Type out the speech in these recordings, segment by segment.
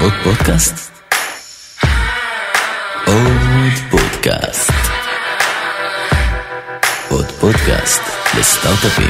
עוד פודקאסט? עוד פודקאסט. עוד פודקאסט לסטארט-אפים.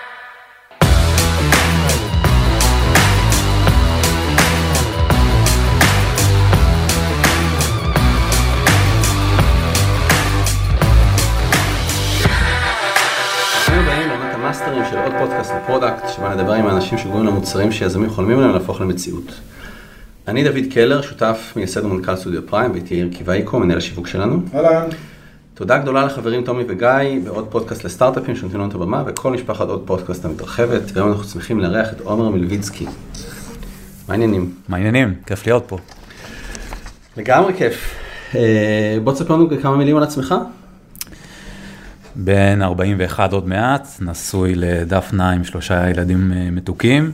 מאסטרים של עוד פודקאסט לפרודקט, שבה נדבר עם האנשים שגורמים למוצרים שיזמים חולמים להם להפוך למציאות. אני דוד קלר, שותף מייסד ומנכ"ל סטודיו פריים, ואיתי יאיר קיווייקו, מנהל השיווק שלנו. אהלן. תודה גדולה לחברים תומי וגיא, בעוד פודקאסט לסטארט-אפים שנותנים לנו את הבמה, וכל משפחת עוד פודקאסט המתרחבת, והיום אנחנו שמחים לארח את עומר מלביצקי. מה העניינים? מה העניינים? כיף להיות פה. לגמרי כיף. בוא תספר לנו כמה מילים על עצמך. בן 41 עוד מעט, נשוי לדפנה עם 3 ילדים מתוקים.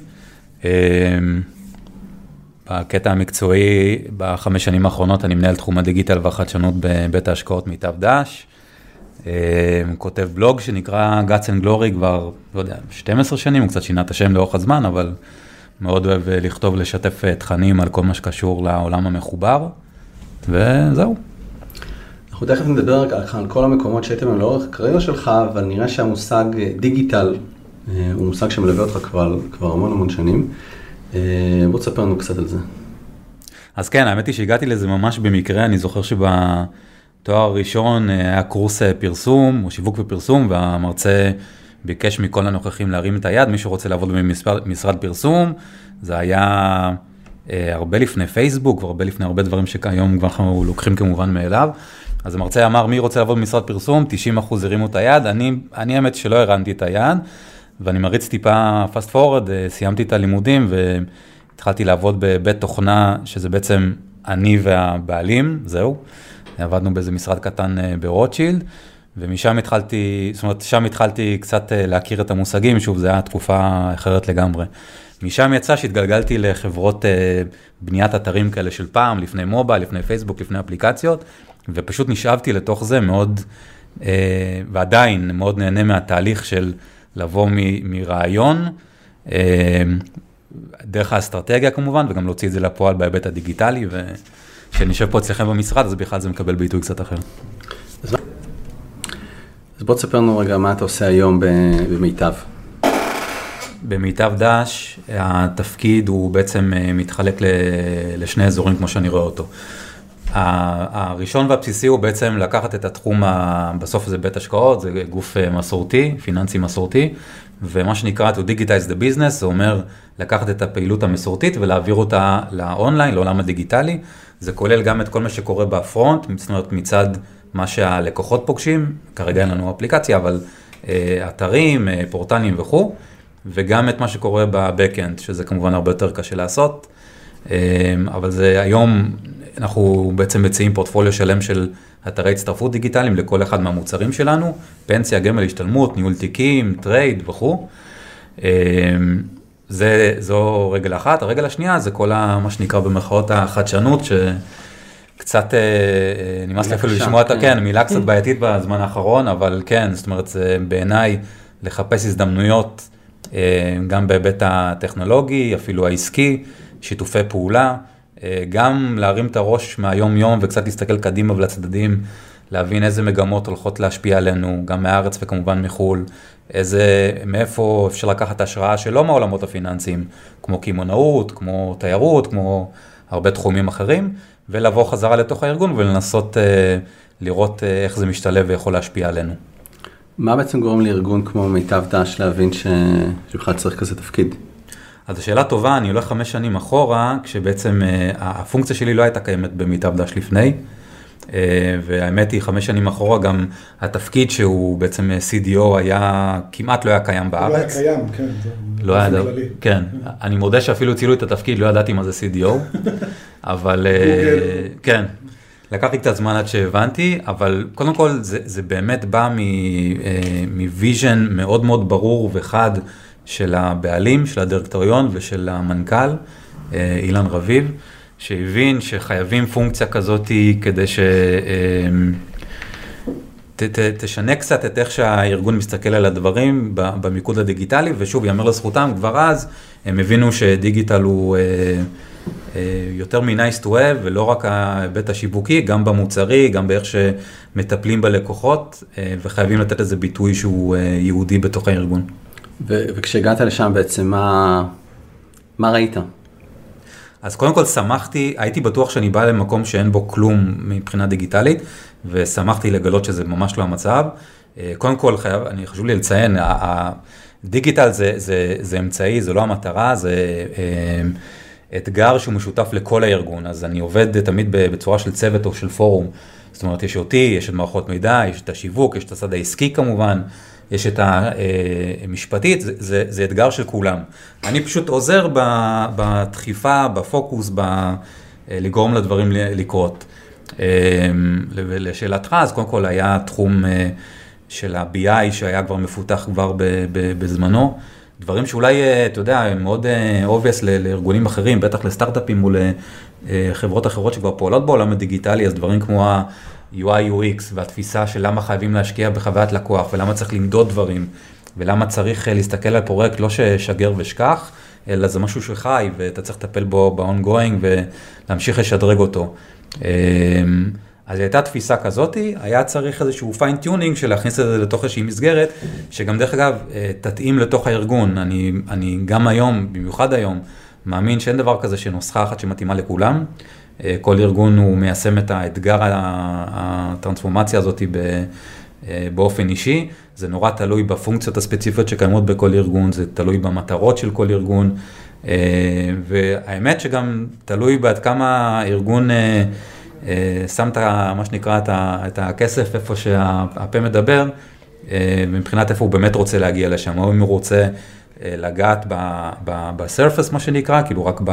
בקטע המקצועי, ב5 שנים האחרונות אני מנהל תחום הדיגיטל והחדשנות בבית ההשקעות מיטב דש. כותב בלוג שנקרא Guts and Glory כבר, לא יודע, 12 שנים, הוא קצת שינה את השם לאורך הזמן, אבל מאוד אוהב לכתוב, לשתף תכנים על כל מה שקשור לעולם המחובר, וזהו. אנחנו תכף נדבר על כל המקומות שהייתם הם לאורך הקריירה שלך, אבל נראה שהמושג דיגיטל הוא מושג שמלווה אותך כבר המון שנים. בוא תספר לנו קצת על זה. אז כן, האמת היא שהגעתי לזה ממש במקרה, אני זוכר שבתואר הראשון היה קורס פרסום, או שיווק ופרסום, והמרצה ביקש מכל הנוכחים להרים את היד, מי שרוצה לעבוד במשרד פרסום, זה היה הרבה לפני פייסבוק, והרבה לפני הרבה דברים שכיום כבר אנחנו לוקחים כמובן מאליו. אז המרצה אמר, מי רוצה לעבוד במשרד פרסום? 90% הרימו את היד. אני האמת שלא הרמתי את היד, ואני מריץ טיפה פאסט פורוד, סיימתי את הלימודים, והתחלתי לעבוד בבית תוכנה, שזה בעצם אני והבעלים, זהו. עבדנו באיזה משרד קטן ברוטשילד, ומשם התחלתי, זאת אומרת, שם התחלתי קצת להכיר את המושגים, שוב, זו הייתה תקופה אחרת לגמרי. משם יצא שהתגלגלתי לחברות בניית אתרים כאלה של פעם, לפני מובייל, לפני פייסבוק, לפני אפליקציות, ופשוט נשאבתי לתוך זה מאוד, ועדיין מאוד נהנה מהתהליך של לבוא מרעיון, דרך האסטרטגיה כמובן, וגם להוציא את זה לפועל בהיבט הדיגיטלי, וכשנשב פה אצלכם במשרד, אז בכלל זה מקבל ביטוי קצת אחר. אז בוא תספר לנו רגע מה אתה עושה היום במיטב. במיטב דש, התפקיד הוא בעצם מתחלק לשני אזורים כמו שאני רואה אותו. הראשון והבסיסי הוא בעצם לקחת את התחום, בסוף זה בית השקעות, זה גוף מסורתי, פיננסי מסורתי, ומה שנקרא to digitize the business, זה אומר לקחת את הפעילות המסורתית ולהעביר אותה לאונליין, לעולם הדיגיטלי. זה כולל גם את כל מה שקורה בפרונט, זאת אומרת מצד מה שהלקוחות פוגשים, כרגע אין לנו אפליקציה, אבל אתרים, פורטלים וכו', וגם את מה שקורה בבקאנד, שזה כמובן הרבה יותר קשה לעשות, אבל זה היום אנחנו בעצם מציעים פורטפוליו שלם של אתרי הצטרפות דיגיטליים לכל אחד מהמוצרים שלנו, פנסיה, גמל, השתלמות, ניהול תיקים, טרייד וכו'. זו רגל אחת. הרגל השנייה זה כל מה שנקרא במרכאות החדשנות, שקצת נמאס לי אפילו לשמוע את כן, מילה קצת בעייתית בזמן האחרון, אבל כן, זאת אומרת, זה בעיניי לחפש הזדמנויות, גם בהיבט הטכנולוגי, אפילו העסקי, שיתופי פעולה, גם להרים את הראש מהיום יום וקצת להסתכל קדימה ולצדדים, להבין איזה מגמות הולכות להשפיע עלינו, גם מהארץ וכמובן מחול, מאיפה אפשר לקחת השראה שלא מהעולמות הפיננסיים, כמו קמעונאות, כמו תיירות, כמו הרבה תחומים אחרים, ולבוא חזרה לתוך הארגון ולנסות לראות איך זה משתלב ויכול להשפיע עלינו. מה בעצם גורם לארגון כמו מיטב דש להבין שבכלל צריך כזה תפקיד? אז השאלה טובה, אני הולך 5 שנים אחורה, כשבעצם הפונקציה שלי לא הייתה קיימת במיטב דש לפני, והאמת היא 5 שנים אחורה גם התפקיד שהוא בעצם CDO כמעט לא היה קיים בארץ. לא היה קיים, כן. לא היה, כן. אני מודה שאפילו הצילו את התפקיד, לא ידעתי מה זה CDO, אבל כן. לקח לי קצת זמן עד שהבנתי, אבל קודם כל זה באמת בא מוויז'ן מאוד מאוד ברור וחד, של הבעלים, של הדירקטוריון ושל המנכ"ל, אילן רביב, שהבין שחייבים פונקציה כזאת כדי תשנה קצת את איך שהארגון מסתכל על הדברים במיקוד הדיגיטלי, ושוב, יאמר לזכותם, כבר אז הם הבינו שדיגיטל הוא יותר מ-nice to have, ולא רק ההיבט השיווקי, גם במוצרי, גם באיך שמטפלים בלקוחות, וחייבים לתת איזה ביטוי שהוא יהודי בתוך הארגון. וכשהגעת לשם בעצם, מה ראית? אז קודם כל שמחתי, הייתי בטוח שאני בא למקום שאין בו כלום מבחינה דיגיטלית, ושמחתי לגלות שזה ממש לא המצב. קודם כל חשוב לי לציין, הדיגיטל זה אמצעי, זה לא המטרה, זה אתגר שהוא משותף לכל הארגון, אז אני עובד תמיד בצורה של צוות או של פורום, זאת אומרת יש אותי, יש את מערכות מידע, יש את השיווק, יש את הצד העסקי כמובן, יש את המשפטית, זה אתגר של כולם. אני פשוט עוזר בדחיפה, בפוקוס, לגרום לדברים לקרות. לשאלתך, אז קודם כל היה תחום של ה-BI שהיה כבר מפותח כבר בזמנו, דברים שאולי, אתה יודע, מאוד obvious לארגונים אחרים, בטח לסטארט-אפים או לחברות אחרות שכבר פועלות בעולם הדיגיטלי, אז דברים כמו ה-UI UX והתפיסה של למה חייבים להשקיע בחוויית לקוח, ולמה צריך למדוד דברים, ולמה צריך להסתכל על פרויקט לא ששגר ושכח, אלא זה משהו שחי, ואתה צריך לטפל בו ב-ongoing ולהמשיך לשדרג אותו. אז הייתה תפיסה כזאת, היה צריך איזשהו פיין-טיונינג של להכניס את זה לתוך איזושהי מסגרת, שגם דרך אגב תתאים לתוך הארגון. אני גם היום, במיוחד היום, מאמין שאין דבר כזה שנוסחה אחת שמתאימה לכולם. כל ארגון הוא מיישם את האתגר הטרנספורמציה הזאת באופן אישי. זה נורא תלוי בפונקציות הספציפיות שקיימות בכל ארגון, זה תלוי במטרות של כל ארגון, והאמת שגם תלוי בעד כמה הארגון שמת מה שנקרא את הכסף איפה שהפה מדבר, מבחינת איפה הוא באמת רוצה להגיע לשם, או אם הוא רוצה לגעת בסרפס מה שנקרא, כאילו רק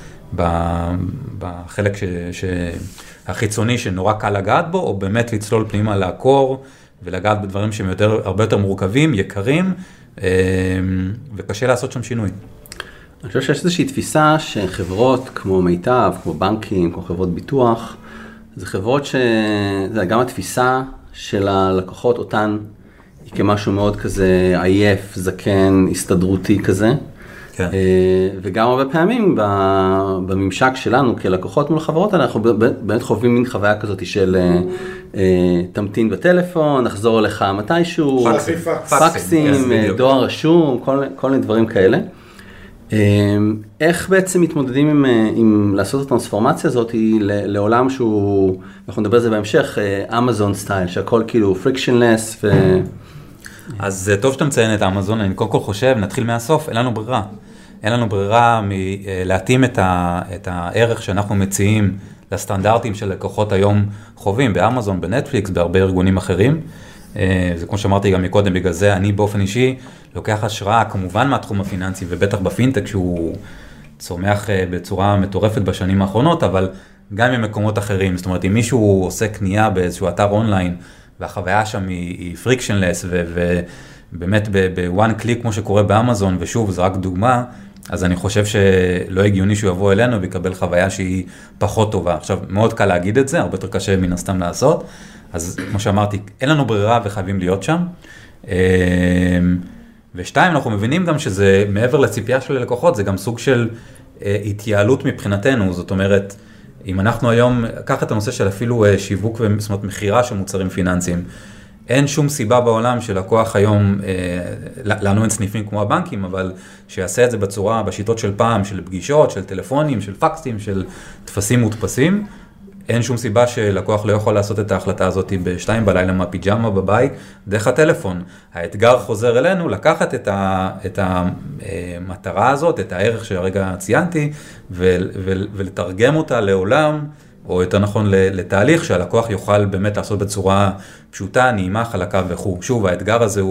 בחלק החיצוני שנורא קל לגעת בו, או באמת לצלול פנימה לעקור ולגעת בדברים שהם הרבה יותר מורכבים, יקרים, וקשה לעשות שם שינוי. אני חושב שיש איזושהי תפיסה שחברות כמו מיטב, כמו בנקים, כמו חברות ביטוח, זה חברות שזה גם התפיסה של הלקוחות אותן היא כמשהו מאוד כזה עייף, זקן, הסתדרותי כזה. כן. וגם הרבה פעמים בממשק שלנו כלקוחות מול החברות האלה, אנחנו באמת חווים מין חוויה כזאת של תמתין בטלפון, נחזור אליך מתישהו, פקסים, דואר רשום, כל מיני דברים כאלה. איך בעצם מתמודדים עם לעשות את הטרנספורמציה הזאת לעולם שהוא, אנחנו נדבר על זה בהמשך, אמזון סטייל, שהכל כאילו frictionless אז טוב שאתה מציין את אמזון, אני קודם כל חושב, נתחיל מהסוף, אין לנו ברירה. אין לנו ברירה להתאים את הערך שאנחנו מציעים לסטנדרטים של לקוחות היום חווים, באמזון, בנטפליקס, בהרבה ארגונים אחרים. זה כמו שאמרתי גם מקודם, בגלל זה אני באופן אישי לוקח השראה כמובן מהתחום הפיננסי, ובטח בפינטק שהוא צומח בצורה מטורפת בשנים האחרונות, אבל גם ממקומות אחרים. זאת אומרת, אם מישהו עושה קנייה באיזשהו אתר אונליין, והחוויה שם היא frictionless, ובאמת ב-one click כמו שקורה באמזון, ושוב, זה רק דוגמה, אז אני חושב שלא הגיוני שהוא יבוא אלינו ויקבל חוויה שהיא פחות טובה. עכשיו, מאוד קל להגיד את זה, הרבה יותר קשה מן הסתם לעשות, אז כמו שאמרתי, אין לנו ברירה וחייבים להיות שם. ושתיים, אנחנו מבינים גם שזה מעבר לציפייה של הלקוחות, זה גם סוג של התייעלות מבחינתנו, זאת אומרת, אם אנחנו היום, קח את הנושא של אפילו שיווק זאת אומרת, מחירה של מוצרים פיננסיים, אין שום סיבה בעולם שלקוח היום, לנו אין סניפים כמו הבנקים, אבל שיעשה את זה בצורה, בשיטות של פעם, של פגישות, של טלפונים, של פקסים, של תפסים ודפסים, אין שום סיבה שלקוח לא יכול לעשות את ההחלטה הזאת ב-2 בלילה מהפיג'מה בבית, דרך הטלפון. האתגר חוזר אלינו לקחת את המטרה הזאת, את הערך שהרגע ציינתי, ולתרגם אותה לעולם, או יותר נכון לתהליך שהלקוח יוכל באמת לעשות בצורה פשוטה, נעימה, חלקה וכו'. שוב, האתגר הזה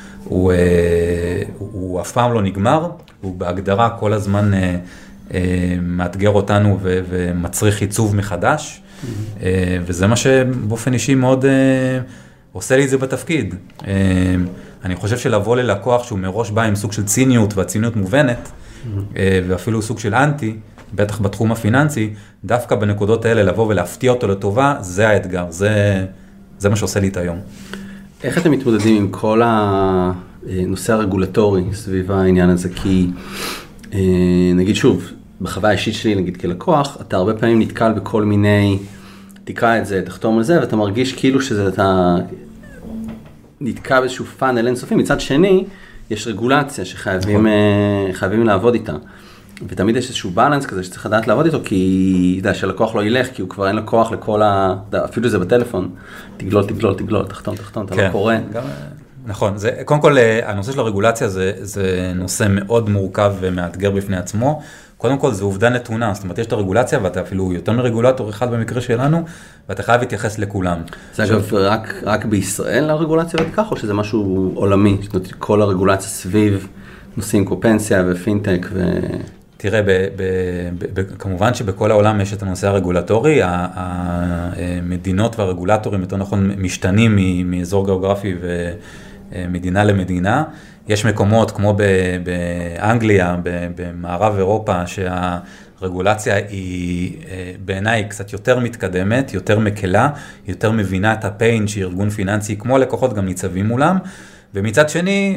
הוא אף פעם לא נגמר, הוא בהגדרה כל הזמן מאתגר אותנו ומצריך עיצוב מחדש, וזה מה שבאופן אישי מאוד עושה לי את זה בתפקיד. אני חושב שלבוא ללקוח שהוא מראש בא עם סוג של ציניות, והציניות מובנת, ואפילו סוג של אנטי, בטח בתחום הפיננסי, דווקא בנקודות האלה לבוא ולהפתיע אותו לטובה, זה האתגר, זה מה שעושה לי את היום. איך אתם מתמודדים עם כל הנושא הרגולטורי סביב העניין הזה? כי נגיד שוב, בחוויה האישית שלי, נגיד כלקוח, אתה הרבה פעמים נתקל בכל מיני, תקרא את זה, תחתום על זה, ואתה מרגיש כאילו אתה נתקע באיזשהו פאנל אינסופי. מצד שני, יש רגולציה שחייבים לעבוד איתה. ותמיד יש איזשהו בלנס כזה שצריך לדעת לעבוד איתו, כי אתה יודע, שהלקוח לא ילך, כי הוא כבר אין לו כוח לכל אפילו זה בטלפון, תגלול, תחתום, אתה לא קורא. נכון, קודם כל הנושא של הרגולציה זה נושא מאוד מורכב ומאתגר בפני עצמו. קודם כל זה עובדה נתונה, זאת אומרת יש את הרגולציה ואתה אפילו יותר מרגולטור אחד במקרה שלנו, ואתה חייב להתייחס לכולם. זה אגב רק בישראל הרגולציה ותיקח, או שזה משהו עולמי? זאת אומרת כל הרגולציה סביב נושאים כמו פנסיה ופינטק תראה, כמובן שבכל העולם יש את הנושא הרגולטורי, המדינות והרגולטורים, יותר נכון, משתנים מאזור גיאוגרפי ומדינה למדינה. יש מקומות כמו באנגליה, במערב אירופה, שהרגולציה היא בעיניי קצת יותר מתקדמת, יותר מקלה, יותר מבינה את הפיין שארגון פיננסי, כמו לקוחות גם ניצבים מולם, ומצד שני,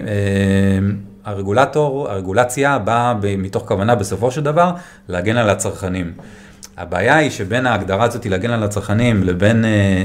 הרגולציה באה מתוך כוונה בסופו של דבר להגן על הצרכנים. הבעיה היא שבין ההגדרה הזאת להגן על הצרכנים לבין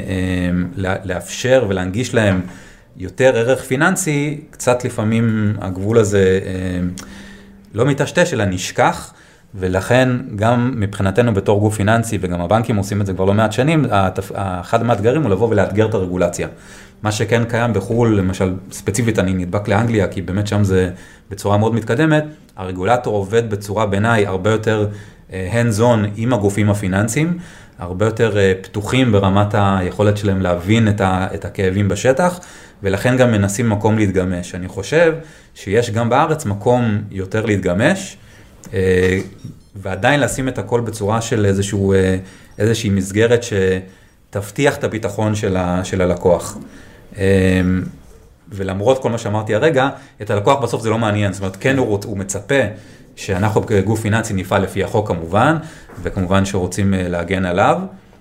לאפשר ולהנגיש להם יותר ערך פיננסי, קצת לפעמים הגבול הזה לא מתשתש אלא נשכח, ולכן גם מבחינתנו בתור גוף פיננסי, וגם הבנקים עושים את זה כבר לא מעט שנים, אחד מהאתגרים הוא לבוא ולאתגר את הרגולציה. מה שכן קיים בחול, למשל ספציפית אני נדבק לאנגליה, כי באמת שם זה בצורה מאוד מתקדמת, הרגולטור עובד בצורה בעיניי הרבה יותר hands-on עם הגופים הפיננסיים, הרבה יותר פתוחים ברמת היכולת שלהם להבין את הכאבים בשטח, ולכן גם מנסים מקום להתגמש. אני חושב שיש גם בארץ מקום יותר להתגמש, ועדיין לשים את הכל בצורה של איזושהי מסגרת שתבטיח את הביטחון של הלקוח. ולמרות כל מה שאמרתי הרגע, את הלקוח בסוף זה לא מעניין, זאת אומרת, כן הוא מצפה שאנחנו כגוף פיננסי נפעל לפי החוק כמובן, וכמובן שרוצים להגן עליו,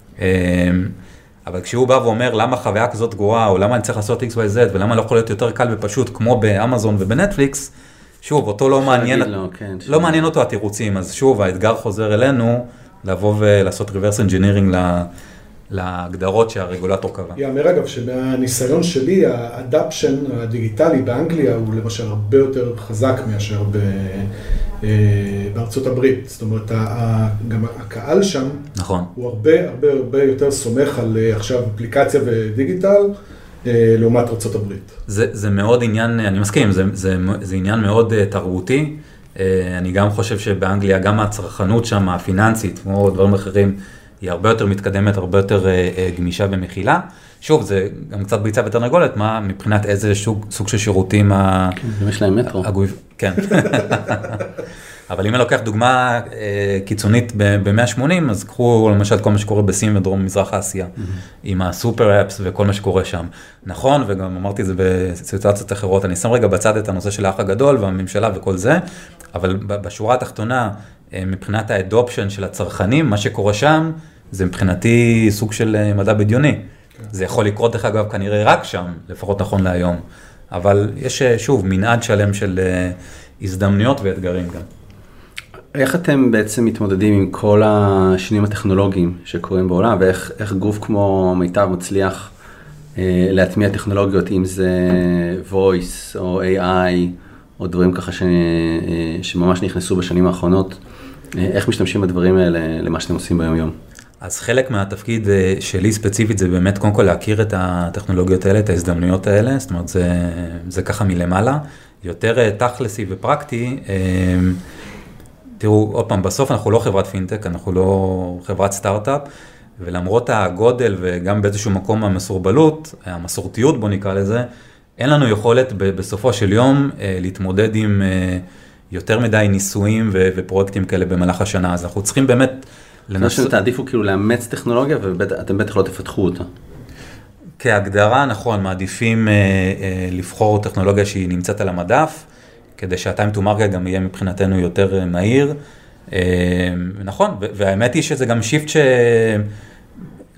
אבל כשהוא בא ואומר למה חוויה כזאת גרועה, או למה אני צריך לעשות XYZ, ולמה לא יכול להיות יותר קל ופשוט כמו באמזון ובנטפליקס, שוב, אותו לא מעניין אותו התירוצים, אז שוב, האתגר חוזר אלינו, לבוא ולעשות reverse engineering להגדרות שהרגולטור קבע. יאמר אגב, שמהניסיון שלי, האדפשן הדיגיטלי באנגליה הוא למשל הרבה יותר חזק מאשר בארצות הברית. זאת אומרת, גם הקהל שם, נכון. הוא הרבה יותר סומך על עכשיו אפליקציה ודיגיטל, לעומת ארצות הברית. זה מאוד עניין, אני מסכים, זה עניין מאוד תרבותי. אני גם חושב שבאנגליה, גם הצרכנות שם, הפיננסית, כמו דברים אחרים, היא הרבה יותר מתקדמת, הרבה יותר גמישה ומכילה. שוב, זה גם קצת ביצה ותרנגולת, מה מבחינת איזה סוג של שירותים יש להם מטרו. כן. אבל אם אני לוקח דוגמה קיצונית ב-180, אז קחו למשל כל מה שקורה בסין ודרום מזרח אסיה, עם הסופר אפס וכל מה שקורה שם. נכון, וגם אמרתי את זה בסיטואציות אחרות, אני שם רגע בצד את הנושא של האח הגדול והממשלה וכל זה, אבל בשורה התחתונה, מבחינת האדופשן של הצרכנים, מה שקורה שם, זה מבחינתי סוג של מדע בדיוני. זה יכול לקרות דרך אגב כנראה רק שם, לפחות נכון להיום. אבל יש שוב מנעד שלם של הזדמנויות ואתגרים גם. איך אתם בעצם מתמודדים עם כל השינויים הטכנולוגיים שקורים בעולם, ואיך גוף כמו מיטב מצליח להטמיע טכנולוגיות, אם זה voice או AI, או דברים ככה שממש נכנסו בשנים האחרונות, איך משתמשים בדברים האלה למה שאתם עושים ביום יום? אז חלק מהתפקיד שלי ספציפית זה באמת קודם כל להכיר את הטכנולוגיות האלה, את ההזדמנויות האלה, זאת אומרת זה ככה מלמעלה, יותר תכלסי ופרקטי. תראו, עוד פעם, בסוף אנחנו לא חברת פינטק, אנחנו לא חברת סטארט-אפ, ולמרות הגודל וגם באיזשהו מקום המסורבלות, המסורתיות בוא נקרא לזה, אין לנו יכולת בסופו של יום להתמודד עם יותר מדי ניסויים ופרויקטים כאלה במהלך השנה, אז אנחנו צריכים באמת לנסות. תעדיפו כאילו לאמץ טכנולוגיה ואתם בטח לא תפתחו אותה. כהגדרה, נכון, מעדיפים לבחור טכנולוגיה שהיא נמצאת על המדף, כדי שהטיים טו מרקט גם יהיה מבחינתנו יותר מהיר. נכון, והאמת היא שזה גם שיפט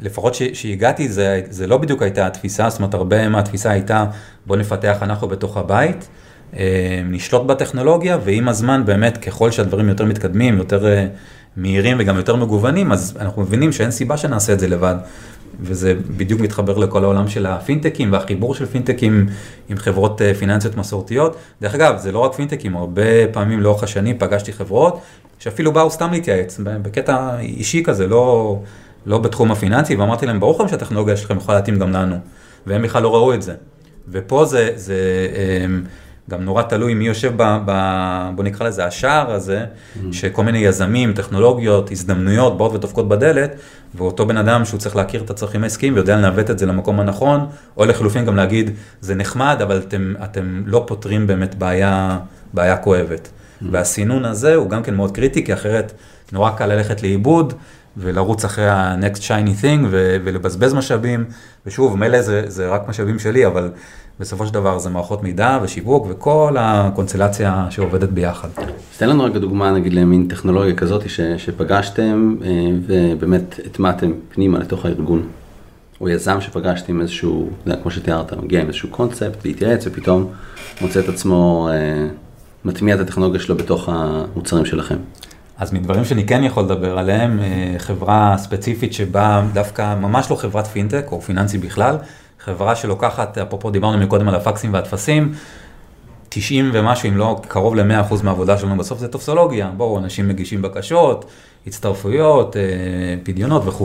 לפחות שהגעתי, זה לא בדיוק הייתה התפיסה, זאת אומרת, הרבה מהתפיסה הייתה, בוא נפתח אנחנו בתוך הבית, נשלוט בטכנולוגיה, ועם הזמן באמת, ככל שהדברים יותר מתקדמים, יותר מהירים וגם יותר מגוונים, אז אנחנו מבינים שאין סיבה שנעשה את זה לבד. וזה בדיוק מתחבר לכל העולם של הפינטקים והחיבור של פינטקים עם חברות פיננסיות מסורתיות. דרך אגב, זה לא רק פינטקים, הרבה פעמים לאורך השנים פגשתי חברות שאפילו באו סתם להתייעץ, בקטע אישי כזה, לא בתחום הפיננסי, ואמרתי להם, ברור לכם שהטכנולוגיה שלכם יכולה להתאים גם לנו, והם בכלל לא ראו את זה. ופה זה גם נורא תלוי מי יושב בוא נקרא לזה, השער הזה, שכל מיני יזמים, טכנולוגיות, הזדמנויות, באות ודופקות בדלת, ואותו בן אדם שהוא צריך להכיר את הצרכים העסקיים, ויודע לנווט את זה למקום הנכון, או לחלופין גם להגיד, זה נחמד, אבל אתם לא פותרים באמת בעיה כואבת. והסינון הזה הוא גם כן מאוד קריטי, כי אחרת נורא קל ללכת לאיבוד, ולרוץ אחרי ה-next shiny thing, ולבזבז משאבים, ושוב, מלא זה רק משאבים שלי, אבל בסופו של דבר זה מערכות מידע ושיווק, וכל הקונסטלציה שעובדת ביחד. תן לנו רגע דוגמה, נגיד, למין טכנולוגיה כזאת שפגשתם, ובאמת הטמעתם פנימה לתוך הארגון. או יזם שפגשתם איזשהו, כמו שתיארת, מגיע עם איזשהו קונספט, להתייעץ, ופתאום מוצא את עצמו, מטמיע את הטכנולוגיה שלו בתוך המוצרים שלכם. אז מדברים שאני כן יכול לדבר עליהם, חברה ספציפית שבה דווקא ממש לא חברת פינטק או פיננסי בכלל, חברה שלוקחת, אפרופו דיברנו מקודם על הפקסים והטפסים, 90 ומשהו, אם לא קרוב ל-100% מהעבודה שלנו בסוף זה טופסולוגיה. בואו, אנשים מגישים בקשות, הצטרפויות, פדיונות וכו'.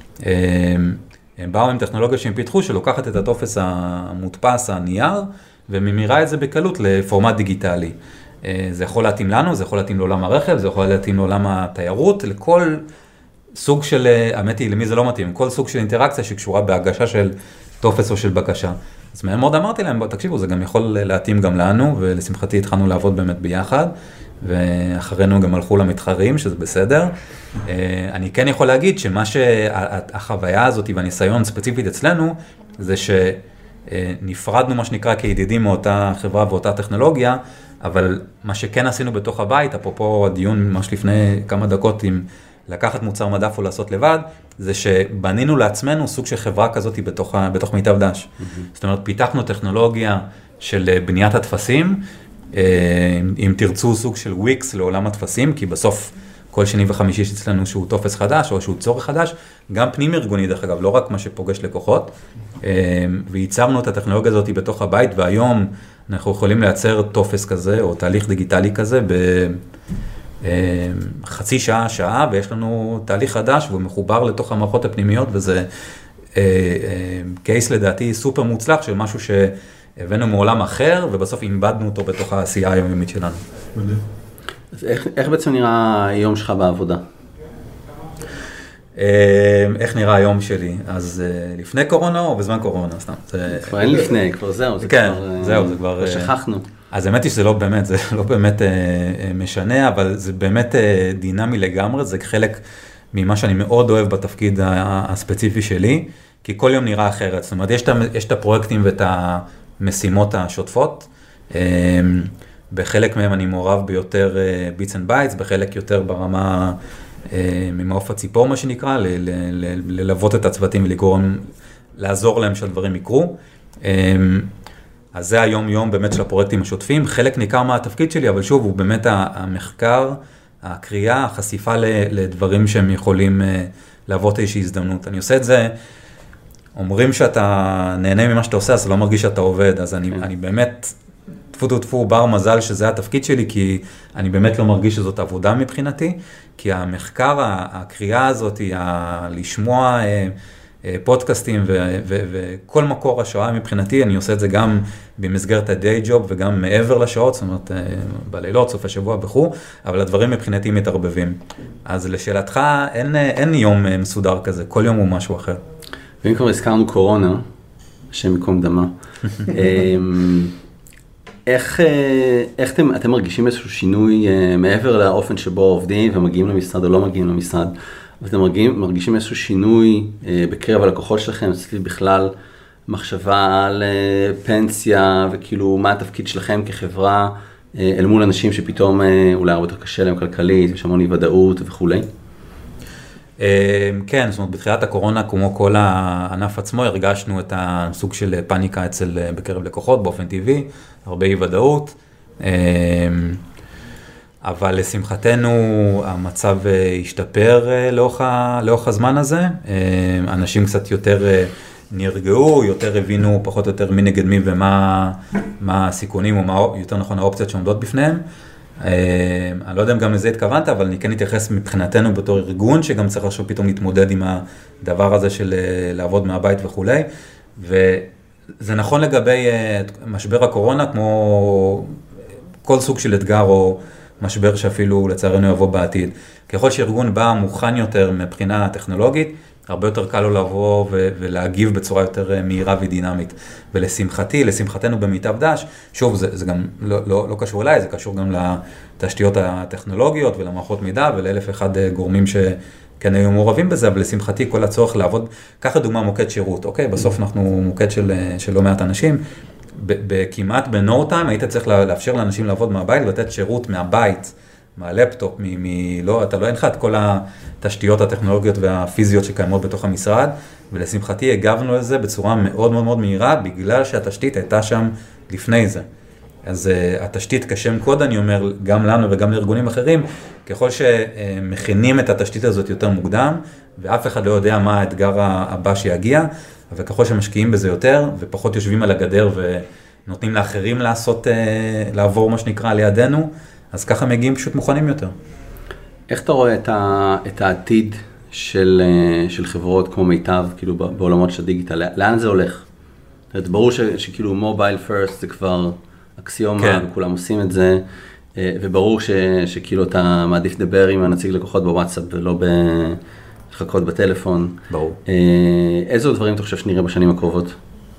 הם באו עם טכנולוגיה שהם פיתחו, שלוקחת את הטופס המודפס, הנייר, וממירה את זה בקלות לפורמט דיגיטלי. זה יכול להתאים לנו, זה יכול להתאים לעולם הרכב, זה יכול להתאים לעולם התיירות, לכל סוג של, האמת היא, למי זה לא מתאים, כל סוג של אינטראקציה שקשורה בהגשה של טופס או של בקשה. אז מאוד אמרתי להם, תקשיבו, זה גם יכול להתאים גם לנו, ולשמחתי התחלנו לעבוד באמת ביחד, ואחרינו גם הלכו למתחרים, שזה בסדר. אני כן יכול להגיד שמה שהחוויה הזאת והניסיון ספציפית אצלנו, זה שנפרדנו מה שנקרא כידידים מאותה חברה ואותה טכנולוגיה, אבל מה שכן עשינו בתוך הבית, אפרופו הדיון ממש לפני כמה דקות עם לקחת מוצר מדף או לעשות לבד, זה שבנינו לעצמנו סוג של חברה כזאת בתוך מיטב דש. זאת אומרת, פיתחנו טכנולוגיה של בניית התפסים, אם תרצו סוג של וויקס לעולם התפסים, כי בסוף כל שני וחמישי יש אצלנו שהוא טופס חדש או שהוא צורך חדש, גם פנים ארגוני דרך אגב, לא רק מה שפוגש לקוחות, וייצרנו את הטכנולוגיה הזאת בתוך הבית, והיום אנחנו יכולים לייצר טופס כזה או תהליך דיגיטלי כזה בחצי שעה, שעה, ויש לנו תהליך חדש והוא מחובר לתוך המערכות הפנימיות, וזה קייס לדעתי סופר מוצלח של משהו שהבאנו מעולם אחר, ובסוף איבדנו אותו בתוך העשייה היומיומית שלנו. אז איך בעצם נראה היום שלך בעבודה? איך נראה היום שלי? אז לפני קורונה או בזמן קורונה? סתם. כבר אין לפני, כבר זהו. כן, זהו, זה כבר שכחנו. אז האמת היא שזה לא באמת משנה, אבל זה באמת דינמי לגמרי, זה חלק ממה שאני מאוד אוהב בתפקיד הספציפי שלי, כי כל יום נראה אחרת. זאת אומרת, יש את הפרויקטים ואת המשימות השוטפות, בחלק מהם אני מעורב ביותר ביטס אנד בייטס, בחלק יותר ברמה ממעוף הציפור, מה שנקרא, ללוות את הצוותים ולגרום, לעזור להם שהדברים יקרו. אז זה היום-יום באמת של הפרויקטים השוטפים, חלק ניכר מהתפקיד שלי, אבל שוב, הוא באמת המחקר, הקריאה, החשיפה לדברים שהם יכולים להוות איזושהי הזדמנות. אני עושה את זה, אומרים שאתה נהנה ממה שאתה עושה, אז אתה לא מרגיש שאתה עובד, אז אני באמת, טפו בר מזל שזה התפקיד שלי, כי אני באמת לא מרגיש שזאת עבודה מבחינתי, כי המחקר, הקריאה הזאת, לשמוע פודקאסטים וכל מקור השראה מבחינתי, אני עושה את זה גם במסגרת ה-day job וגם מעבר לשעות, זאת אומרת בלילות, סוף השבוע וכו', אבל הדברים מבחינתי מתערבבים. אז לשאלתך, אין יום מסודר כזה, כל יום הוא משהו אחר. ואם כבר הזכרנו קורונה, השם יקום דמה, איך אתם מרגישים איזשהו שינוי מעבר לאופן שבו עובדים ומגיעים למשרד או לא מגיעים למשרד, ואתם מרגישים איזשהו שינוי בקרב הלקוחות שלכם, סביב בכלל מחשבה על פנסיה וכאילו מה התפקיד שלכם כחברה אל מול אנשים שפתאום אולי הרבה יותר קשה להם כלכלית, יש המון אי ודאות וכו'? כן, זאת אומרת, בתחילת הקורונה, כמו כל הענף עצמו, הרגשנו את הסוג של פאניקה בקרב לקוחות באופן טבעי, הרבה אי ודאות, אבל לשמחתנו המצב השתפר לאורך הזמן הזה, אנשים קצת יותר נרגעו, יותר הבינו פחות או יותר מי נגד מי ומה הסיכונים, או מה יותר נכון האופציות שעומדות בפניהם. אני לא יודע אם גם לזה התכוונת, אבל אני כן אתייחס מבחינתנו בתור ארגון, שגם צריך עכשיו פתאום להתמודד עם הדבר הזה של לעבוד מהבית וכולי, וזה נכון לגבי משבר הקורונה, כמו כל סוג של אתגר או משבר שאפילו לצערנו יבוא בעתיד. ככל שארגון בא מוכן יותר מבחינה טכנולוגית, הרבה יותר קל לו לבוא ולהגיב בצורה יותר מהירה ודינמית. לשמחתנו במיטב דש, שוב, זה גם לא קשור אליי, זה קשור גם לתשתיות הטכנולוגיות ולמערכות מידע ולאלף אחד גורמים שכן היו מעורבים בזה, אבל לשמחתי כל הצורך לעבוד, ככה דוגמה מוקד שירות, אוקיי? בסוף אנחנו מוקד של לא מעט אנשים, כמעט ב-no time היית צריך לאפשר לאנשים לעבוד מהבית ולתת שירות מהבית, מהלפטופ, אין לך את כל התשתיות הטכנולוגיות והפיזיות שקיימות בתוך המשרד, ולשמחתי הגבנו לזה בצורה מאוד מאוד מאוד מהירה, בגלל שהתשתית הייתה שם לפני זה. אז התשתית כשם קוד, אני אומר, גם לנו וגם לארגונים אחרים, ככל שמכינים את התשתית הזאת יותר מוקדם, ואף אחד לא יודע מה האתגר הבא שיגיע, אבל ככל שמשקיעים בזה יותר, ופחות יושבים על הגדר ונותנים לאחרים לעבור מה שנקרא לידינו, אז ככה מגיעים פשוט מוכנים יותר. איך אתה רואה את העתיד של חברות כמו מיטב, כאילו בעולמות של הדיגיטל? לאן זה הולך? ברור שכאילו מובייל פרסט זה כבר אקסיומה, כן. וכולם עושים את זה, וברור שכאילו אתה מעדיף לדבר עם הנציג לקוחות בוואטסאפ ולא לחכות בטלפון. ברור. איזה דברים אתה חושב שנראה בשנים הקרובות?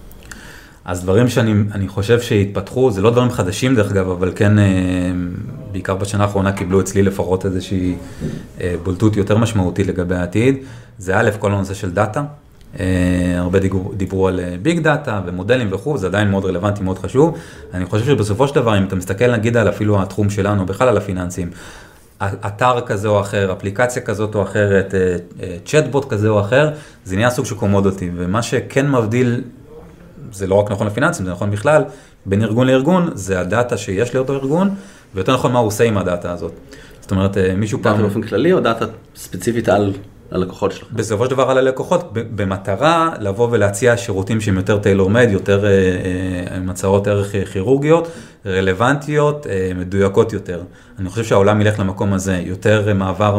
אז דברים שאני חושב שהתפתחו, זה לא דברים חדשים דרך אגב, אבל כן, בעיקר בשנה האחרונה קיבלו אצלי לפחות איזושהי בולטות יותר משמעותית לגבי העתיד. זה א', כל הנושא של דאטה. הרבה דיברו על ביג דאטה ומודלים וכו', זה עדיין מאוד רלוונטי, מאוד חשוב. אני חושב שבסופו של דבר, אם אתה מסתכל נגיד על אפילו התחום שלנו, בכלל על הפיננסים, אתר כזה או אחר, אפליקציה כזאת או אחרת, צ'אטבוט כזה או אחר, זה נהיה סוג של קומודיטי, ומה שכן מבדיל, זה לא רק נכון לפיננסים, זה נכון בכלל, בין ארגון לארגון, זה הדאטה שיש לאותו ארגון, ויותר נכון מה הוא עושה עם הדאטה הזאת. זאת אומרת, מישהו פעם... דאטה באופן כללי או דאטה ספציפית על הלקוחות שלך? בסופו של דבר על הלקוחות, במטרה לבוא ולהציע שירותים שהם יותר טיילור-מייד, יותר מצעות ערך כירורגיות, רלוונטיות, מדויקות יותר. אני חושב שהעולם ילך למקום הזה, יותר מעבר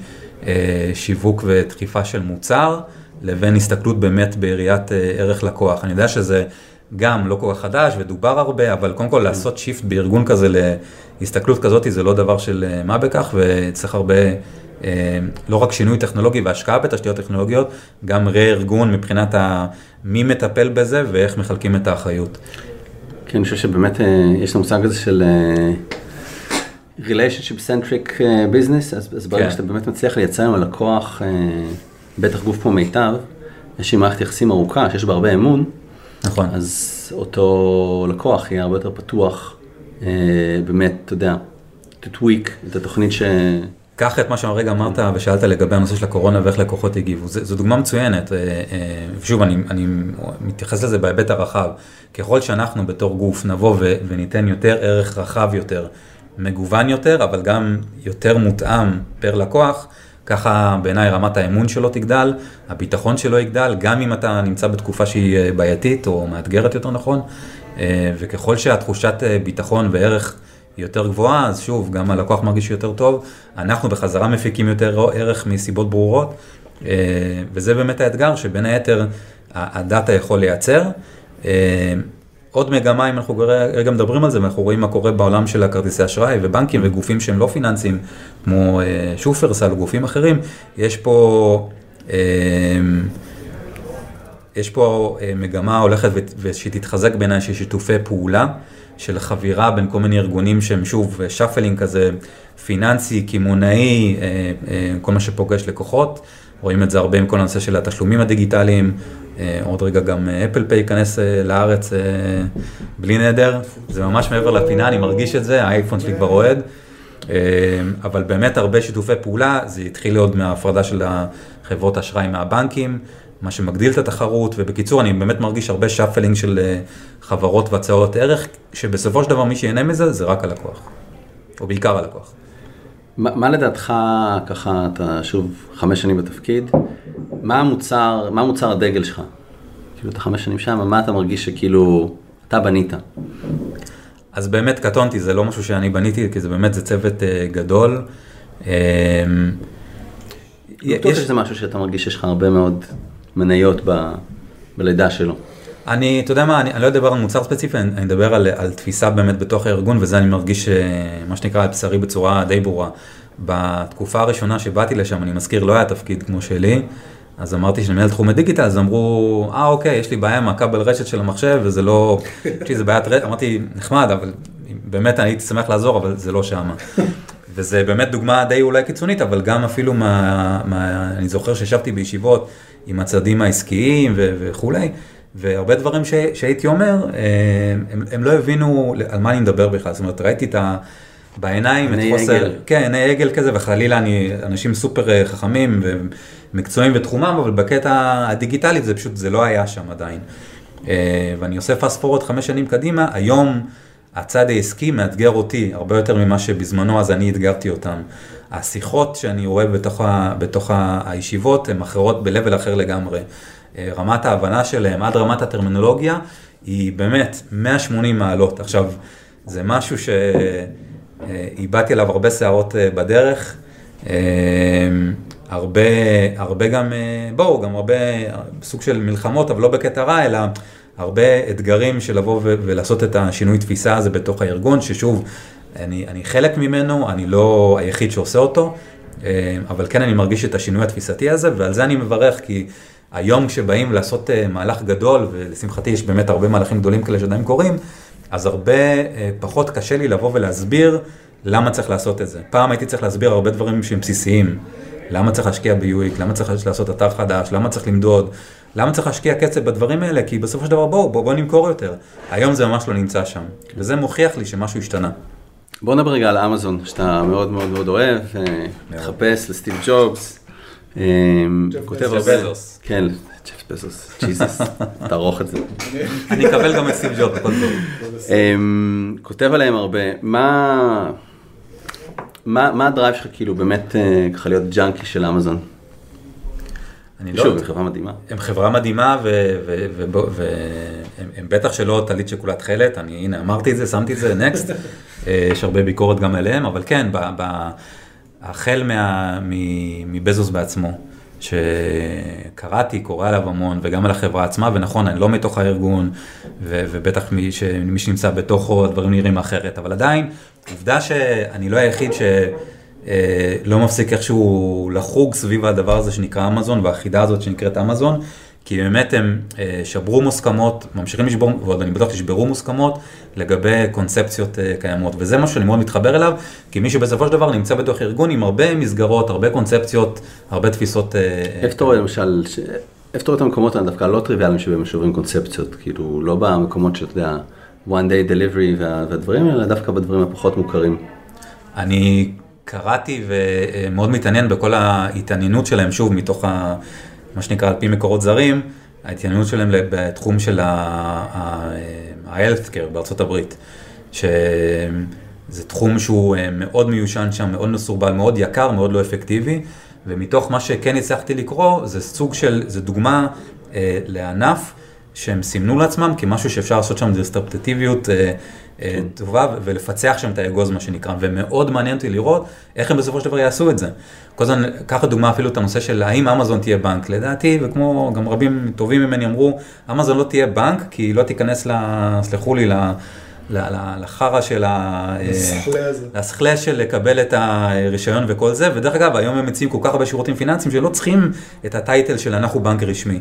משיווק ודחיפה של מוצר, לבין הסתכלות באמת בעיריית ערך לקוח. אני יודע שזה גם לא כל כך חדש ודובר הרבה, אבל קודם כל לעשות שיפט בארגון כזה להסתכלות כזאת, זה לא דבר של מה בכך, וצריך הרבה, לא רק שינוי טכנולוגי והשקעה בתשתיות טכנולוגיות, גם ארגון מבחינת מי מטפל בזה ואיך מחלקים את האחריות. כן, אני חושב שבאמת יש את המושג הזה של relationship centric business, אז ברגע שאתה באמת מצליח לייצר עם הלקוח, בטח גוף כמו מיטב, יש עם מערכת יחסים ארוכה, שיש בה הרבה אמון, נכון. אז אותו לקוח יהיה הרבה יותר פתוח, באמת, אתה יודע, תטוויק את התוכנית קח את מה שהרגע אמרת ושאלת לגבי הנושא של הקורונה ואיך לקוחות הגיבו. זו דוגמה מצוינת, ושוב, אני מתייחס לזה בהיבט הרחב. ככל שאנחנו בתור גוף נבוא וניתן יותר ערך רחב יותר, מגוון יותר, אבל גם יותר מותאם פר לקוח, ככה בעיניי רמת האמון שלו תגדל, הביטחון שלו יגדל, גם אם אתה נמצא בתקופה שהיא בעייתית או מאתגרת יותר נכון, וככל שהתחושת ביטחון וערך היא יותר גבוהה, אז שוב, גם הלקוח מרגיש יותר טוב, אנחנו בחזרה מפיקים יותר ערך מסיבות ברורות, וזה באמת האתגר שבין היתר הדאטה יכול לייצר. עוד מגמה, אם אנחנו רגע מדברים על זה, ואנחנו רואים מה קורה בעולם של הכרטיסי אשראי ובנקים וגופים שהם לא פיננסיים, כמו שופרסל וגופים אחרים, יש פה מגמה הולכת ושתתחזק בעיניי של שיתופי פעולה, של חבירה בין כל מיני ארגונים שהם שוב שפלינג כזה פיננסי, כימונאי, כל מה שפוגש לקוחות. רואים את זה הרבה עם כל הנושא של התשלומים הדיגיטליים, עוד רגע גם אפל פיי ייכנס לארץ בלי נדר, זה ממש מעבר לפינה, אני מרגיש את זה, האייפון שלי כבר רועד. אבל באמת הרבה שיתופי פעולה, זה התחיל עוד מההפרדה של החברות אשראי מהבנקים, מה שמגדיל את התחרות, ובקיצור אני באמת מרגיש הרבה שפלינג של חברות והצעות ערך, שבסופו של דבר מי שיהנה מזה זה רק הלקוח, או בעיקר הלקוח. מה לדעתך, ככה אתה שוב 5 שנים בתפקיד, מה המוצר הדגל שלך? כאילו אתה 5 שנים שם, מה אתה מרגיש שכאילו אתה בנית? אז באמת קטונתי, זה לא משהו שאני בניתי, כי זה באמת, זה צוות גדול. בטוח שזה משהו שאתה מרגיש שיש לך הרבה מאוד מניות בלידה שלו. אתה יודע מה, אני לא אדבר על מוצר ספציפי, אני אדבר על תפיסה באמת בתוך הארגון, וזה אני מרגיש מה שנקרא על בשרי בצורה די ברורה. בתקופה הראשונה שבאתי לשם, אני מזכיר, לא היה תפקיד כמו שלי, אז אמרתי שאני מנהל תחום הדיגיטל, אז אמרו, אוקיי, יש לי בעיה עם הכבל רשת של המחשב, וזה לא, זה בעיית רשת, אמרתי, נחמד, אבל באמת אני הייתי שמח לעזור, אבל זה לא שם. וזה באמת דוגמה די אולי קיצונית, אבל גם אפילו אני זוכר שישבתי בישיבות עם הצעדים העסקיים וכולי, והרבה דברים שהייתי אומר, הם לא הבינו על מה אני מדבר בכלל, זאת אומרת, ראיתי בעיניים את חוסר, כן, עיני עגל כזה, וחלילה אנשים סופר חכמים ומקצועיים בתחומם, אבל בקטע הדיגיטלי זה פשוט, זה לא היה שם עדיין. ואני עושה פאסט פורוורד 5 שנים קדימה, היום הצד העסקי מאתגר אותי הרבה יותר ממה שבזמנו אז אני אתגרתי אותם. השיחות שאני רואה בתוך הישיבות הן אחרות בלבל אחר לגמרי. רמת ההבנה שלהם עד רמת הטרמינולוגיה היא באמת 180 מעלות. עכשיו, זה משהו שאיבדתי עליו הרבה שערות בדרך, הרבה גם, גם הרבה סוג של מלחמות, אבל לא בקטע רע, אלא הרבה אתגרים של לבוא ולעשות את השינוי תפיסה הזה בתוך הארגון, ששוב, אני חלק ממנו, אני לא היחיד שעושה אותו, אבל כן אני מרגיש את השינוי התפיסתי הזה, ועל זה אני מברך, כי היום כשבאים לעשות מהלך גדול, ולשמחתי יש באמת הרבה מהלכים גדולים כאלה שעדיין קורים, אז הרבה פחות קשה לי לבוא ולהסביר למה צריך לעשות את זה. פעם הייתי צריך להסביר הרבה דברים שהם בסיסיים, למה צריך להשקיע ב-UX, למה צריך לעשות אתר חדש, למה צריך למדוד, למה צריך להשקיע קצב בדברים האלה, כי בסופו של דבר בואו נמכור יותר. היום זה ממש לא נמצא שם, וזה מוכיח לי שמשהו השתנה. בוא נדבר רגע על אמזון, שאתה מאוד מאוד מאוד אוהב, תחפש לסטיב ג'ובס. ג'ף בזוס. כן, ג'ף בזוס, ג'יזוס, תערוך את זה. אני אקבל גם את סטיב ג'ובס, בכל טוב. כותב עליהם הרבה, מה הדרייב שלך כאילו באמת ככה להיות ג'אנקי של אמזון? שוב, הם חברה מדהימה. הם חברה מדהימה, והם בטח שלא תלית שכולה תחלת, הנה אמרתי את זה, שמתי את זה, נקסט, יש הרבה ביקורת גם אליהם, אבל כן, החל מבזוס בעצמו, שקראתי, קורא עליו המון, וגם על החברה עצמה, ונכון, אני לא מתוך הארגון, ובטח מי שנמצא בתוכו, הדברים נראים אחרת, אבל עדיין, עובדה שאני לא היחיד שלא מפסיק איכשהו לחוג סביב הדבר הזה שנקרא אמזון, והחידה הזאת שנקראת אמזון, כי באמת הם שברו מוסכמות, ממשיכים לשבור, ועוד אני בטוח ששברו מוסכמות, לגבי קונספציות קיימות, וזה משהו שאני מאוד מתחבר אליו, כי מי שבסופו של דבר נמצא בתוך ארגון עם הרבה מסגרות, הרבה קונספציות, הרבה תפיסות. איפה אתה רואה למשל, איפה אתה רואה את המקומות דווקא לא טריוויאליים שבהם שוברים קונספציות, כאילו לא במקומות שאתה יודע, one day delivery והדברים האלה, דווקא בדברים הפחות מוכרים. אני קראתי ומאוד מתעניין בכל ההתעניינות שלהם, שוב, מתוך מה שנקרא על פי מקורות זרים, ההתעניינות שלהם בתחום של ה-healthcare בארצות הברית, שזה תחום שהוא מאוד מיושן שם, מאוד מסורבל, מאוד יקר, מאוד לא אפקטיבי, ומתוך מה שכן הצלחתי לקרוא, זה סוג של, זה דוגמה לענף, שהם סימנו לעצמם כמשהו שאפשר לעשות שם דיסטרפטטיביות טובה, ולפצח שם את האגוז, מה שנקרא, ומאוד מעניין אותי לראות איך הם בסופו של דבר יעשו את זה. כל הזמן, ככה דוגמה אפילו את הנושא של האם אמזון תהיה בנק, לדעתי, וכמו גם רבים טובים ממני אמרו, אמזון לא תהיה בנק, כי היא לא תיכנס, סלחו לי, לחרה של להסכלה של לקבל את הרישיון וכל זה, ודרך אגב, היום הם מציעים כל כך הרבה שירותים פיננסיים, שלא צריכים את הטייטל של אנחנו בנק רשמי.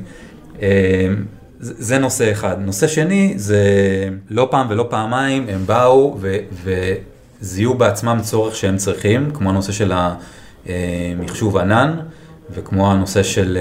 זה נושא אחד. נושא שני, זה לא פעם ולא פעמיים, הם באו וזיהו בעצמם צורך שהם צריכים, כמו הנושא של המחשוב ענן, וכמו הנושא של,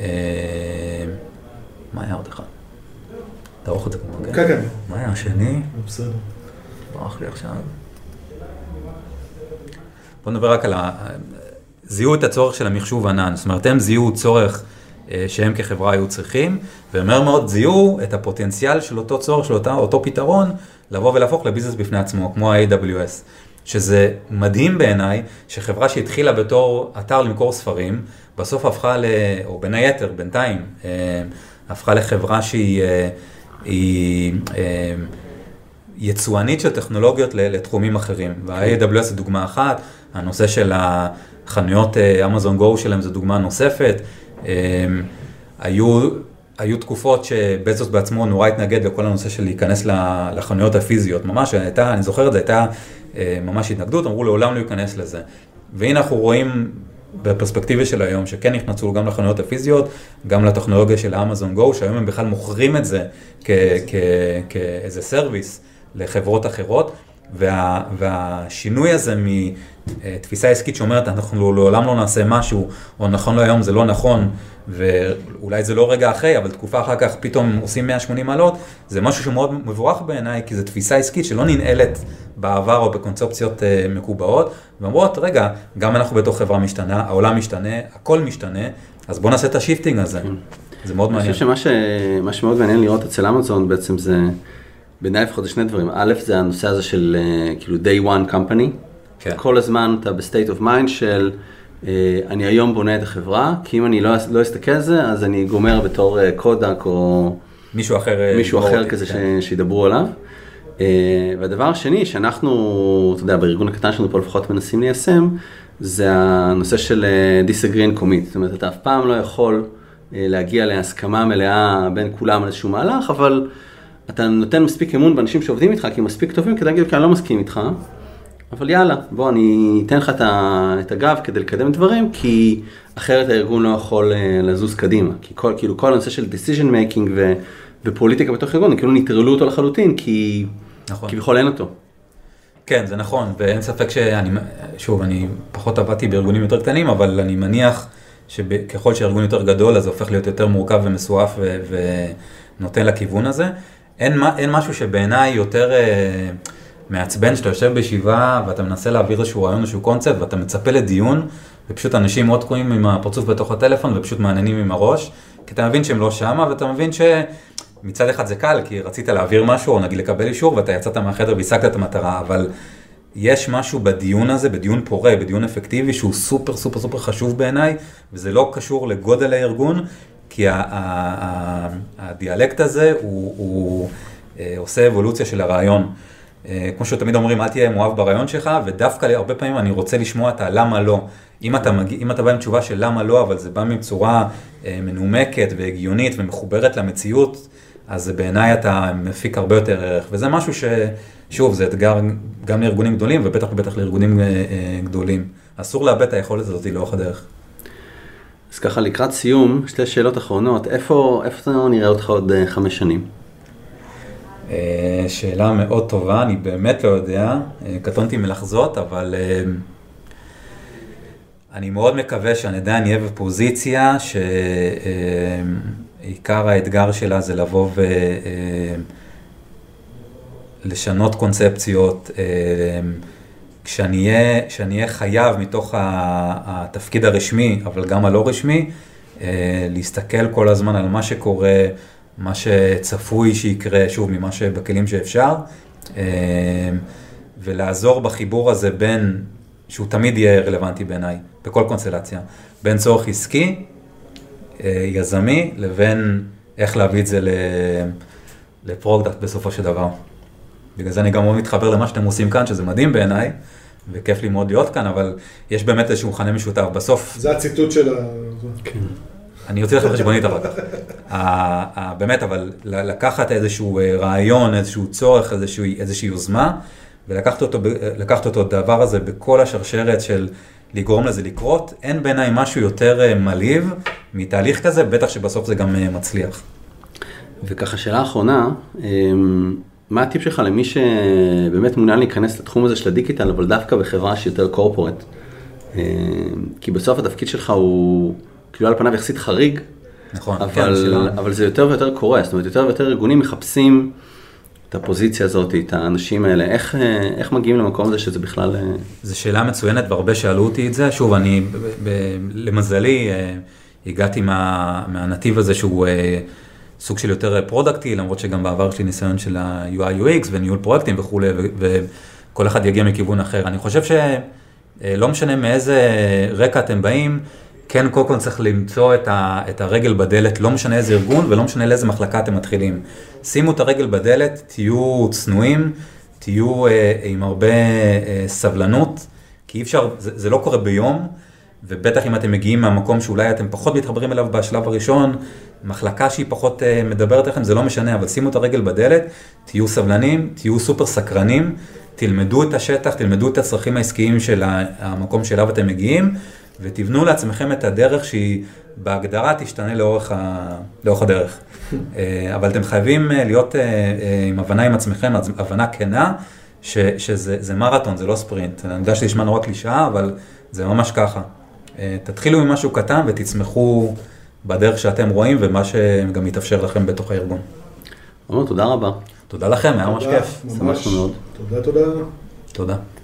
מה היה עוד אחד? תערוך את זה כמו, כן, כן. מה היה השני? בסדר. ברח לי עכשיו. בוא נדבר רק על זיהו את הצורך של המחשוב ענן, זאת אומרת, הם זיהו צורך שהם כחברה היו צריכים, ומהר מאוד זיהו את הפוטנציאל של אותו צורך, של אותו פתרון, לבוא ולהפוך לביזנס בפני עצמו, כמו ה-AWS. שזה מדהים בעיניי, שחברה שהתחילה בתור אתר למכור ספרים, בסוף הפכה או בין היתר, בינתיים, הפכה לחברה שהיא יצואנית של טכנולוגיות לתחומים אחרים. וה-AWS זה דוגמה אחת, הנושא של החנויות אמזון גו שלהם זה דוגמה נוספת. היו תקופות שבזוס בעצמו נורא התנגד לכל הנושא של להיכנס לחנויות הפיזיות. ממש, אני זוכר את זה, הייתה ממש התנגדות, אמרו לעולם לא להיכנס לזה. והנה אנחנו רואים בפרספקטיבה של היום, שכן נכנסו גם לחנויות הפיזיות, גם לטכנולוגיה של אמזון גו, שהיום הם בכלל מוכרים את זה כאיזה סרוויס לחברות אחרות, והשינוי הזה מתפיסה עסקית שאומרת, אנחנו לעולם לא נעשה משהו, או נכון להיום זה לא נכון, ואולי זה לא רגע אחרי, אבל תקופה אחר כך פתאום עושים 180 מעלות, זה משהו שמאוד מבורך בעיניי, כי זו תפיסה עסקית שלא ננעלת בעבר או בקונספציות מקובעות, ואומרות, רגע, גם אנחנו בתוך חברה משתנה, העולם משתנה, הכל משתנה, אז בואו נעשה את השיפטינג הזה. זה מאוד מעניין. אני חושב שמה שמאוד מעניין לראות אצל אמזון בעצם זה, בעיניי לפחות זה שני דברים. א', זה הנושא הזה של כאילו day one company. כן. כל הזמן אתה בסטייט אוף מיינד של אני היום בונה את החברה, כי אם אני לא אסתכל על זה, אז אני גומר בתור קודק או מישהו אחר כזה שידברו עליו. והדבר השני שאנחנו, אתה יודע, בארגון הקטן שלנו פה לפחות מנסים ליישם, זה הנושא של disagree and commit. זאת אומרת, אתה אף פעם לא יכול להגיע להסכמה מלאה בין כולם על איזשהו מהלך, אבל אתה נותן מספיק אמון באנשים שעובדים איתך, כי הם מספיק טובים כדי להגיד, כי אני לא מסכים איתך, אבל יאללה, בוא, אני אתן לך את הגב כדי לקדם דברים, כי אחרת הארגון לא יכול לזוז קדימה. כי כל הנושא של decision making ופוליטיקה בתוך ארגון, כאילו נטרלו אותו לחלוטין, כי בכל אין אותו. כן, זה נכון, ואין ספק שוב, אני פחות עבדתי בארגונים יותר קטנים, אבל אני מניח שככל שהארגון יותר גדול, אז זה הופך להיות יותר מורכב ומסועף ונותן לכיוון הזה. אין משהו שבעיניי יותר מעצבן, שאתה יושב בישיבה ואתה מנסה להעביר איזשהו רעיון, איזשהו קונספט, ואתה מצפה לדיון, ופשוט אנשים מאוד תקועים עם הפרצוף בתוך הטלפון, ופשוט מעניינים עם הראש, כי אתה מבין שהם לא שמה, ואתה מבין שמצד אחד זה קל, כי רצית להעביר משהו, או נגיד לקבל אישור, ואתה יצאת מהחדר והשגת את המטרה, אבל יש משהו בדיון הזה, בדיון פורה, בדיון אפקטיבי, שהוא סופר סופר סופר חשוב בעיניי, וזה לא קשור לגודל הארגון, כי הדיאלקט הזה הוא עושה אבולוציה של הרעיון. כמו שתמיד אומרים, אל תהיה מואב ברעיון שלך, ודווקא הרבה פעמים אני רוצה לשמוע את הלמה לא. אם אתה בא עם תשובה של למה לא, אבל זה בא מצורה מנומקת והגיונית ומחוברת למציאות, אז בעיניי אתה מפיק הרבה יותר ערך. וזה משהו ששוב, זה אתגר גם לארגונים גדולים, ובטח לארגונים גדולים. אסור לאבד את היכולת הזאת לאורך הדרך. אז ככה לקראת סיום, שתי שאלות אחרונות, איפה נראה אותך עוד 5 שנים? שאלה מאוד טובה, אני באמת לא יודע, קטונתי מלחזות, אבל אני מאוד מקווה שאני עדיין אהיה בפוזיציה שעיקר האתגר שלה זה לבוא ולשנות קונספציות, כשאני אהיה חייב מתוך התפקיד הרשמי, אבל גם הלא רשמי, להסתכל כל הזמן על מה שקורה, מה שצפוי שיקרה, שוב, ממה שבכלים שאפשר, ולעזור בחיבור הזה בין, שהוא תמיד יהיה רלוונטי בעיניי, בכל קונסטלציה, בין צורך עסקי, יזמי, לבין איך להביא את זה לפרודקט בסופו של דבר. בגלל זה אני גם מאוד מתחבר למה שאתם עושים כאן, שזה מדהים בעיניי, וכיף לי מאוד להיות כאן, אבל יש באמת איזשהו מכנה משותף. בסוף... זה הציטוט של כן. אני רוצה לכם חשבונית אחר כך. באמת, אבל לקחת איזשהו רעיון, איזשהו צורך, איזושהי יוזמה, ולקחת אותו דבר הזה בכל השרשרת של לגרום לזה לקרות, אין בעיניי משהו יותר מלהיב מתהליך כזה, בטח שבסוף זה גם מצליח. וככה שאלה האחרונה, מה הטיפ שלך למי שבאמת מעוניין להיכנס לתחום הזה של הדיגיטל, אבל דווקא בחברה שהיא יותר קורפורט? כי בסוף התפקיד שלך הוא כאילו על פניו יחסית חריג, נכון, אבל זה יותר ויותר קורה, זאת אומרת יותר ויותר ארגונים מחפשים את את הפוזיציה הזאת, את האנשים האלה, איך מגיעים למקום הזה שזה בכלל... זו שאלה מצוינת, והרבה שאלו אותי את זה. שוב, אני, למזלי, הגעתי מהנתיב הזה שהוא סוג של יותר פרודקטי, למרות שגם בעבר יש לי ניסיון של ה-UI UX וניהול פרויקטים וכו', וכל אחד יגיע מכיוון אחר. אני חושב שלא משנה מאיזה רקע אתם באים, כן, קודם כל צריך למצוא את הרגל בדלת, לא משנה איזה ארגון ולא משנה לאיזה מחלקה אתם מתחילים. שימו את הרגל בדלת, תהיו צנועים, תהיו עם הרבה סבלנות, כי אי אפשר, זה לא קורה ביום, ובטח אם אתם מגיעים מהמקום שאולי אתם פחות מתחברים אליו בשלב הראשון, מחלקה שהיא פחות מדברת לכם, זה לא משנה, אבל שימו את הרגל בדלת, תהיו סבלנים, תהיו סופר סקרנים, תלמדו את השטח, תלמדו את הצרכים העסקיים של המקום שאליו אתם מגיעים, ותבנו לעצמכם את הדרך שהיא בהגדרה תשתנה לאורך הדרך. אבל אתם חייבים להיות עם הבנה עם עצמכם, הבנה כנה, שזה מרתון, זה לא ספרינט. אני יודע שזה נשמע נורא קלישאה, אבל זה ממש ככה. תתחילו עם משהו קטן ותצמחו בדרך שאתם רואים, ומה שגם יתאפשר לכם בתוך הארגון. תודה רבה. תודה לכם, היה ממש כיף. ממש. תודה. תודה.